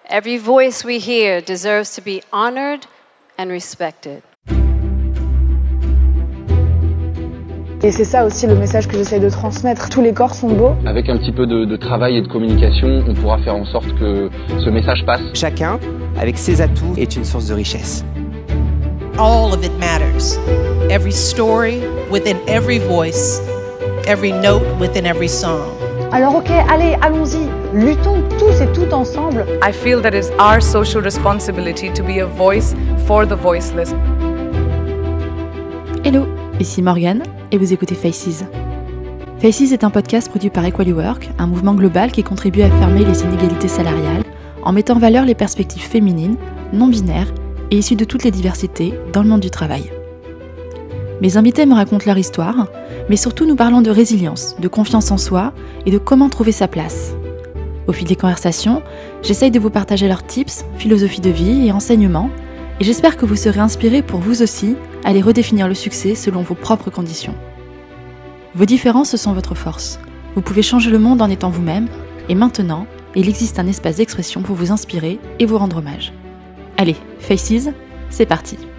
Every voice we hear deserves to be honored and respected. Et c'est ça aussi le message que j'essaie de transmettre. Tous les corps sont beaux. Avec un petit peu de travail et de communication, on pourra faire en sorte que ce message passe. Chacun, avec ses atouts, est une source de richesse. All of it matters. Every story within every voice, every note within every song. Alors ok, allez, allons-y. Luttons tous et toutes ensemble. I feel that it's our social responsibility to be a voice for the voiceless. Hello, ici Morgane et vous écoutez Faces. Faces est un podcast produit par Equally Work, un mouvement global qui contribue à fermer les inégalités salariales en mettant en valeur les perspectives féminines, non-binaires et issues de toutes les diversités dans le monde du travail. Mes invités me racontent leur histoire, mais surtout nous parlons de résilience, de confiance en soi et de comment trouver sa place. Au fil des conversations, j'essaye de vous partager leurs tips, philosophie de vie et enseignements, et j'espère que vous serez inspirés pour vous aussi aller redéfinir le succès selon vos propres conditions. Vos différences sont votre force. Vous pouvez changer le monde en étant vous-même, et maintenant, il existe un espace d'expression pour vous inspirer et vous rendre hommage. Allez, Faces, c'est parti!